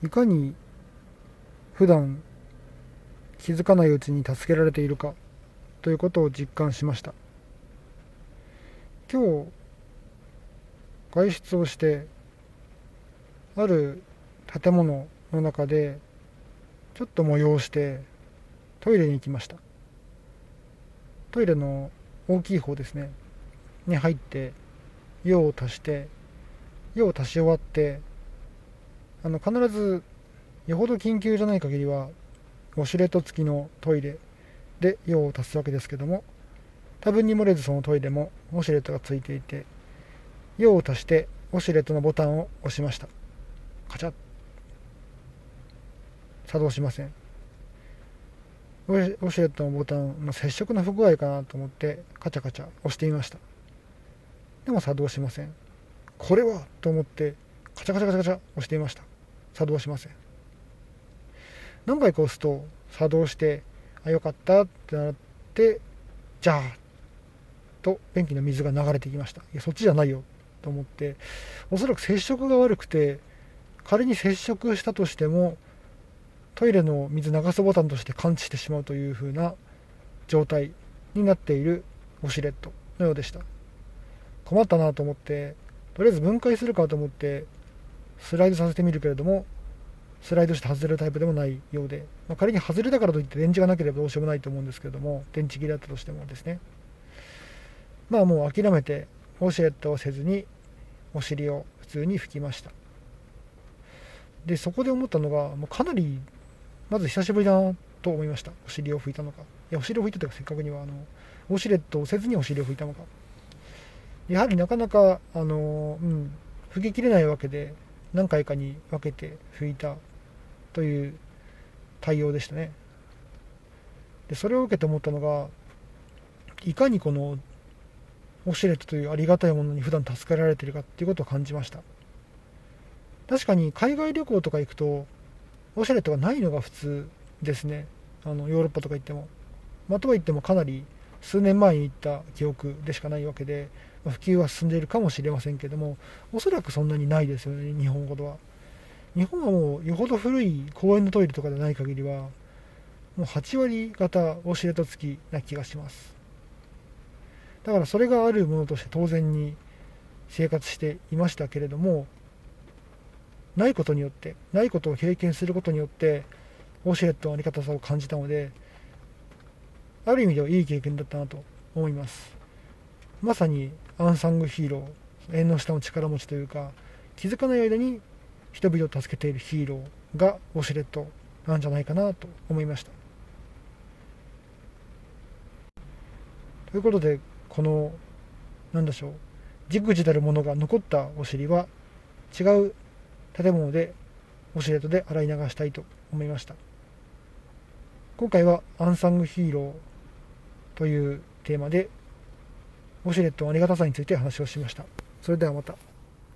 いかに普段気づかないうちに助けられているかということを実感しました。今日外出をしてある建物の中でちょっと催してトイレに行きました。トイレの大きい方ですねに入って用を足して用を足し終わって、必ずよほど緊急じゃない限りはウォシュレット付きのトイレで用を足すわけですけども、多分に漏れずそのトイレもウォシュレットがついていて、用を足してウォシュレットのボタンを押しました。カチャッ、作動しません。ウォシュレットのボタンの接触の不具合かなと思ってカチャカチャ押してみました。でも作動しません。これはと思ってカチャカチャカチャカチャ押してみました。作動しません。何回か押すと作動して、あ、よかったってなって、じゃあと便器の水が流れてきました。いや、そっちじゃないよと思って、おそらく接触が悪くて、仮に接触したとしてもトイレの水流すボタンとして感知してしまうという風な状態になっているウォシュレットのようでした。困ったなと思って、とりあえず分解するかと思ってスライドさせてみるけれども、スライドして外れるタイプでもないようで、仮に外れたからといって電池がなければどうしようもないと思うんですけれども、電池切れだったとしてもですね、もう諦めてウォシュレットをせずにお尻を普通に拭きました。でそこで思ったのが、もうかなりまず久しぶりだなと思いました。お尻を拭いたのか、いやお尻を拭いたというか、せっかくにはウォシュレットをせずにお尻を拭いたのか、やはりなかなか拭ききれないわけで、何回かに分けて拭いたという対応でしたね。でそれを受けて思ったのが、いかにこのウォシュレットというありがたいものに普段助けられているかっていうことを感じました。確かに海外旅行とか行くとウォシュレットがないのが普通ですね。ヨーロッパとか行っても、とは言ってもかなり数年前に行った記憶でしかないわけで、普及は進んでいるかもしれませんけども、おそらくそんなにないですよね、日本ほどは。日本はもうよほど古い公園のトイレとかでない限りは、もう8割方ウォシュレット付きな気がします。だからそれがあるものとして当然に生活していましたけれども、ないことによって、ないことを経験することによってウォシュレットのありがたさを感じたので、ある意味ではいい経験だったなと思います。まさにアンサングヒーロー、縁の下の力持ちというか、気づかない間に人々を助けているヒーローがウォシュレットなんじゃないかなと思いました。ということで、この何でしょう、じくじたるものが残ったお尻は違う建物でウォシュレットで洗い流したいと思いました。今回はアンサングヒーローというテーマでウォシュレットのありがたさについて話をしました。それではまた。